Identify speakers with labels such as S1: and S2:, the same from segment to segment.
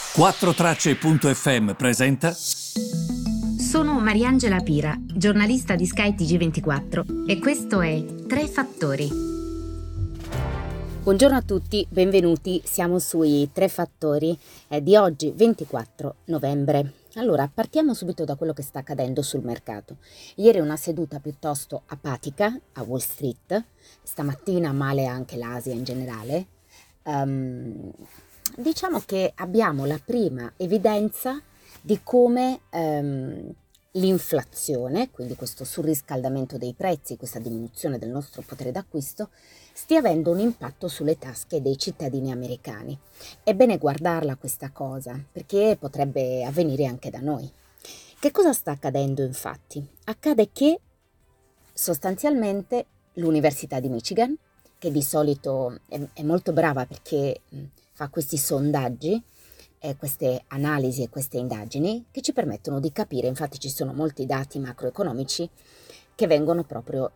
S1: 4Tracce.fm presenta.
S2: Sono Mariangela Pira, giornalista di Sky TG24 e questo è Tre Fattori.
S3: Buongiorno a tutti, benvenuti, siamo sui Tre Fattori di oggi 24 novembre. Allora, partiamo subito da quello che sta accadendo sul mercato. Ieri una seduta piuttosto apatica a Wall Street, stamattina male anche l'Asia in generale. Diciamo che abbiamo la prima evidenza di come l'inflazione, quindi questo surriscaldamento dei prezzi, questa diminuzione del nostro potere d'acquisto, stia avendo un impatto sulle tasche dei cittadini americani. È bene guardarla questa cosa, perché potrebbe avvenire anche da noi. Che cosa sta accadendo infatti? Accade che sostanzialmente l'Università di Michigan, che di solito è molto brava perché fa questi sondaggi, queste analisi e queste indagini che ci permettono di capire, infatti ci sono molti dati macroeconomici che vengono proprio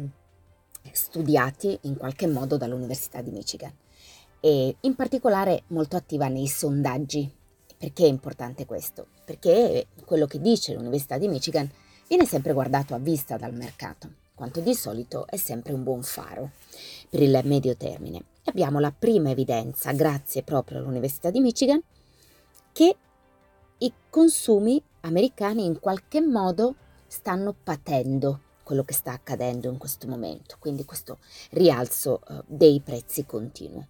S3: studiati in qualche modo dall'Università di Michigan e in particolare molto attiva nei sondaggi. Perché è importante questo? Perché quello che dice l'Università di Michigan viene sempre guardato a vista dal mercato, quanto di solito è sempre un buon faro per il medio termine. E abbiamo la prima evidenza, grazie proprio all'Università di Michigan, che i consumi americani in qualche modo stanno patendo quello che sta accadendo in questo momento, quindi questo rialzo dei prezzi continuo.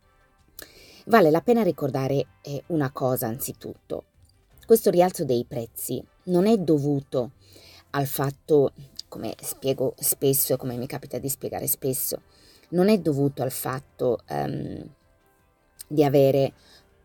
S3: Vale la pena ricordare una cosa anzitutto: questo rialzo dei prezzi non è dovuto al fatto, come spiego spesso e come mi capita di spiegare spesso, non è dovuto al fatto di avere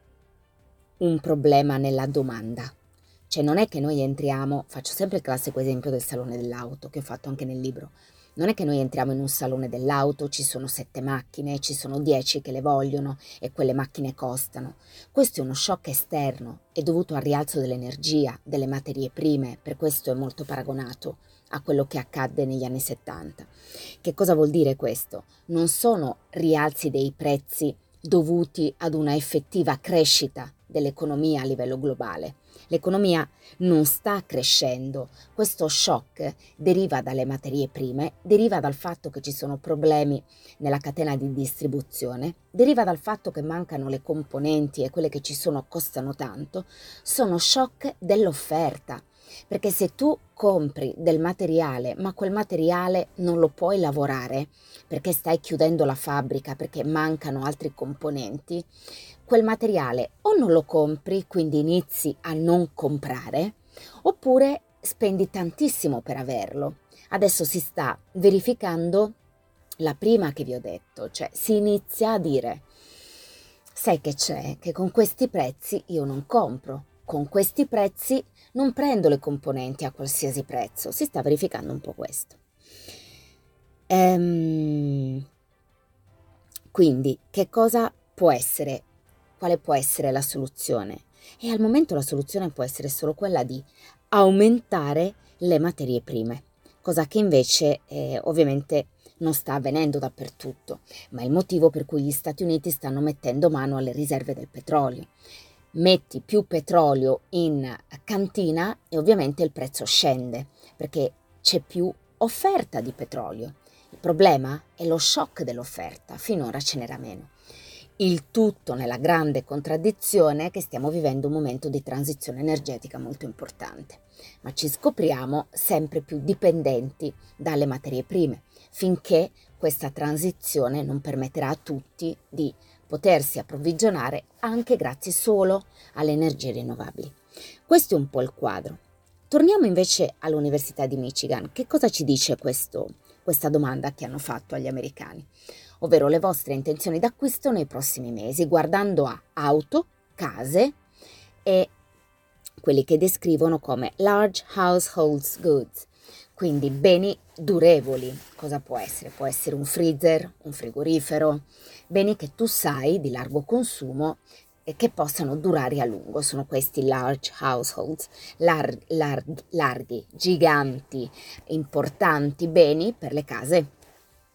S3: un problema nella domanda. Cioè non è che noi entriamo, faccio sempre il classico esempio del salone dell'auto che ho fatto anche nel libro, non è che noi entriamo in un salone dell'auto, ci sono 7 macchine, ci sono 10 che le vogliono e quelle macchine costano. Questo è uno shock esterno, è dovuto al rialzo dell'energia, delle materie prime, per questo è molto paragonato a quello che accadde negli anni 70. Che cosa vuol dire questo? Non sono rialzi dei prezzi dovuti ad una effettiva crescita dell'economia a livello globale. L'economia non sta crescendo, questo shock deriva dalle materie prime, deriva dal fatto che ci sono problemi nella catena di distribuzione, deriva dal fatto che mancano le componenti e quelle che ci sono costano tanto, sono shock dell'offerta. Perché se tu compri del materiale ma quel materiale non lo puoi lavorare perché stai chiudendo la fabbrica, perché mancano altri componenti, quel materiale o non lo compri, quindi inizi a non comprare, oppure spendi tantissimo per averlo. Adesso si sta verificando la prima che vi ho detto, cioè si inizia a dire: sai che c'è? Che con questi prezzi io non compro, con questi prezzi non prendo le componenti a qualsiasi prezzo. Si sta verificando un po' questo. Quindi che cosa può essere? Quale può essere la soluzione? E al momento la soluzione può essere solo quella di aumentare le materie prime, cosa che invece ovviamente non sta avvenendo dappertutto, ma è il motivo per cui gli Stati Uniti stanno mettendo mano alle riserve del petrolio. Metti più petrolio in cantina e ovviamente il prezzo scende, perché c'è più offerta di petrolio. Il problema è lo shock dell'offerta, finora ce n'era meno. Il tutto nella grande contraddizione che stiamo vivendo un momento di transizione energetica molto importante, ma ci scopriamo sempre più dipendenti dalle materie prime, finché questa transizione non permetterà a tutti di potersi approvvigionare anche grazie solo alle energie rinnovabili. Questo è un po' il quadro. Torniamo invece all'Università di Michigan. Che cosa ci dice questa domanda che hanno fatto agli americani? Ovvero le vostre intenzioni d'acquisto nei prossimi mesi, guardando a auto, case e quelli che descrivono come large household goods, quindi beni durevoli. Cosa può essere? Può essere un freezer, un frigorifero, beni che tu sai di largo consumo e che possano durare a lungo. Sono questi large households, larghi, giganti, importanti beni per le case.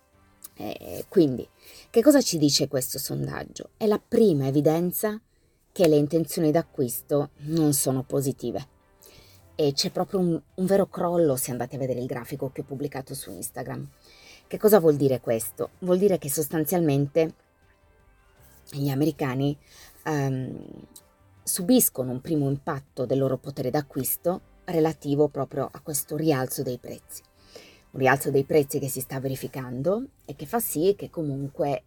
S3: Quindi, che cosa ci dice questo sondaggio? È la prima evidenza che le intenzioni d'acquisto non sono positive e c'è proprio un vero crollo se andate a vedere il grafico che ho pubblicato su Instagram. Che cosa vuol dire questo? Vuol dire che sostanzialmente gli americani subiscono un primo impatto del loro potere d'acquisto relativo proprio a questo rialzo dei prezzi. Un rialzo dei prezzi che si sta verificando e che fa sì che comunque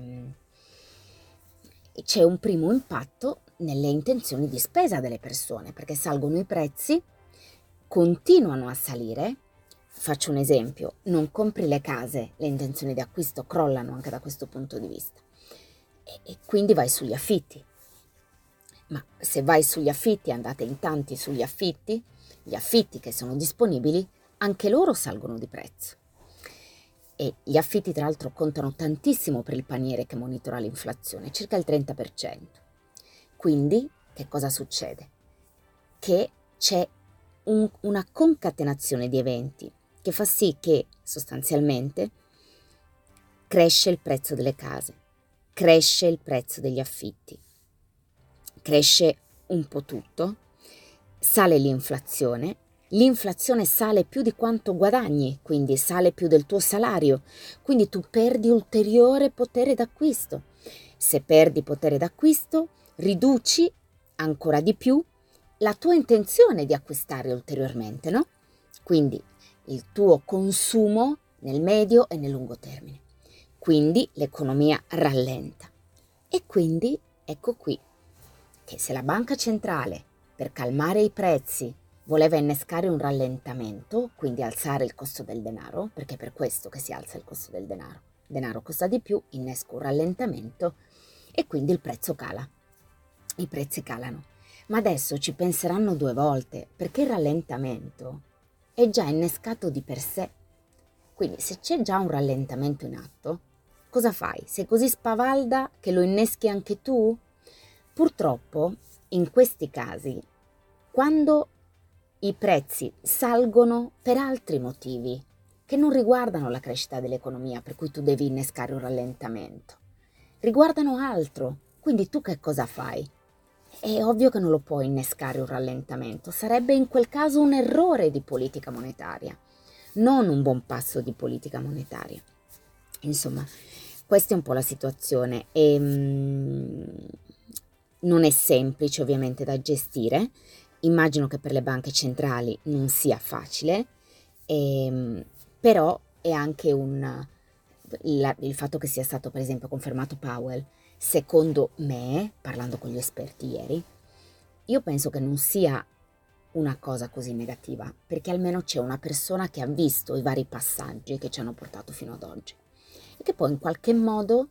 S3: c'è un primo impatto nelle intenzioni di spesa delle persone, perché salgono i prezzi, continuano a salire. Faccio un esempio: non compri le case, le intenzioni di acquisto crollano anche da questo punto di vista e quindi vai sugli affitti. Ma se vai sugli affitti, andate in tanti sugli affitti, gli affitti che sono disponibili, anche loro salgono di prezzo. E gli affitti tra l'altro contano tantissimo per il paniere che monitora l'inflazione, circa il 30%. Quindi che cosa succede? Che c'è una concatenazione di eventi che fa sì che sostanzialmente cresce il prezzo delle case, cresce il prezzo degli affitti, cresce un po' tutto, sale l'inflazione sale più di quanto guadagni, quindi sale più del tuo salario, quindi tu perdi ulteriore potere d'acquisto. Se perdi potere d'acquisto, riduci ancora di più la tua intenzione di acquistare ulteriormente, no? Quindi il tuo consumo nel medio e nel lungo termine. Quindi l'economia rallenta. E quindi ecco qui che se la banca centrale, per calmare i prezzi, voleva innescare un rallentamento, quindi alzare il costo del denaro, perché è per questo che si alza il costo del denaro. Il denaro costa di più, innesco un rallentamento e quindi il prezzo cala. I prezzi calano. Ma adesso ci penseranno due volte, perché il rallentamento è già innescato di per sé. Quindi se c'è già un rallentamento in atto, cosa fai? Sei così spavalda che lo inneschi anche tu? Purtroppo, in questi casi, quando i prezzi salgono per altri motivi, che non riguardano la crescita dell'economia, per cui tu devi innescare un rallentamento, riguardano altro. Quindi tu che cosa fai? È ovvio che non lo puoi innescare un rallentamento, sarebbe in quel caso un errore di politica monetaria, non un buon passo di politica monetaria. Insomma, questa è un po' la situazione e non è semplice ovviamente da gestire. Immagino che per le banche centrali non sia facile, però è anche il fatto che sia stato per esempio confermato Powell, secondo me, parlando con gli esperti ieri, io penso che non sia una cosa così negativa, perché almeno c'è una persona che ha visto i vari passaggi che ci hanno portato fino ad oggi e che può in qualche modo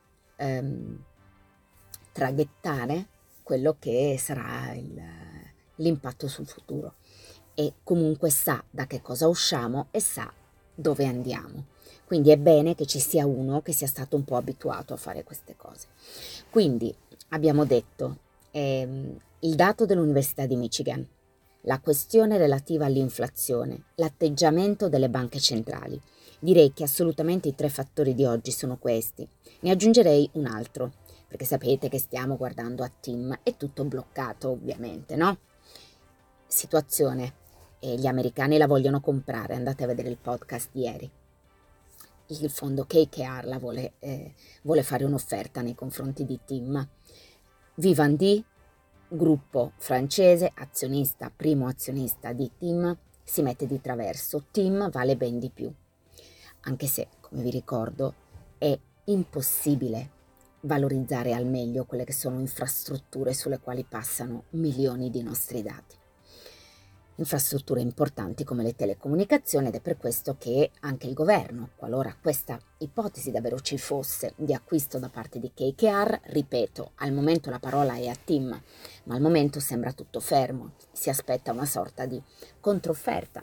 S3: traghettare quello che sarà l'impatto sul futuro e comunque sa da che cosa usciamo e sa dove andiamo. Quindi è bene che ci sia uno che sia stato un po' abituato a fare queste cose. Quindi abbiamo detto il dato dell'Università di Michigan, la questione relativa all'inflazione, l'atteggiamento delle banche centrali. Direi che assolutamente i tre fattori di oggi sono questi. Ne aggiungerei un altro, perché sapete che stiamo guardando a TIM, è tutto bloccato ovviamente, no? Situazione, gli americani la vogliono comprare, andate a vedere il podcast di ieri. Il fondo KKR la vuole fare un'offerta nei confronti di TIM. Vivendi, gruppo francese, azionista, primo azionista di TIM, si mette di traverso. TIM vale ben di più, anche se, come vi ricordo, è impossibile valorizzare al meglio quelle che sono infrastrutture sulle quali passano milioni di nostri dati. Infrastrutture importanti come le telecomunicazioni, ed è per questo che anche il governo, qualora questa ipotesi davvero ci fosse di acquisto da parte di KKR, ripeto, al momento la parola è a TIM, ma al momento sembra tutto fermo, si aspetta una sorta di controfferta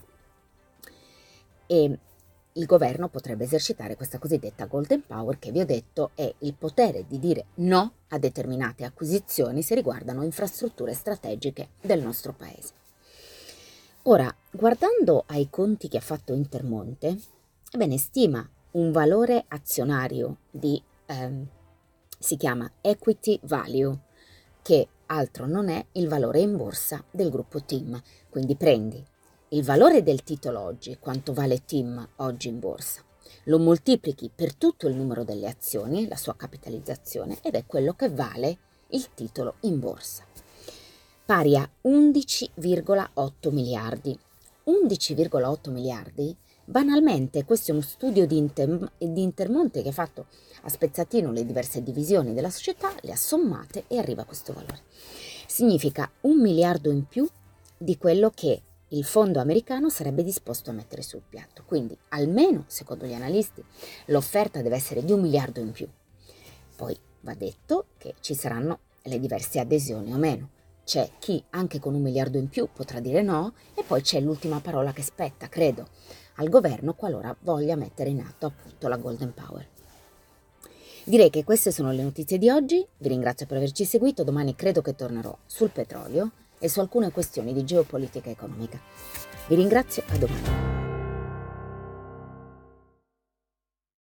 S3: e il governo potrebbe esercitare questa cosiddetta golden power che vi ho detto è il potere di dire no a determinate acquisizioni se riguardano infrastrutture strategiche del nostro paese. Ora, guardando ai conti che ha fatto Intermonte, ebbene, stima un valore azionario di, si chiama equity value, che altro non è il valore in borsa del gruppo TIM. Quindi prendi il valore del titolo oggi, quanto vale TIM oggi in borsa, lo moltiplichi per tutto il numero delle azioni, la sua capitalizzazione, ed è quello che vale il titolo in borsa, pari a 11,8 miliardi. 11,8 miliardi, banalmente, questo è uno studio di Intermonte che ha fatto a spezzatino le diverse divisioni della società, le ha sommate e arriva a questo valore. Significa 1 miliardo in più di quello che il fondo americano sarebbe disposto a mettere sul piatto. Quindi, almeno, secondo gli analisti, l'offerta deve essere di 1 miliardo in più. Poi va detto che ci saranno le diverse adesioni o meno. C'è chi anche con 1 miliardo in più potrà dire no, e poi c'è l'ultima parola che spetta, credo, al governo qualora voglia mettere in atto appunto la Golden Power. Direi che queste sono le notizie di oggi, vi ringrazio per averci seguito, domani credo che tornerò sul petrolio e su alcune questioni di geopolitica economica. Vi ringrazio, a domani.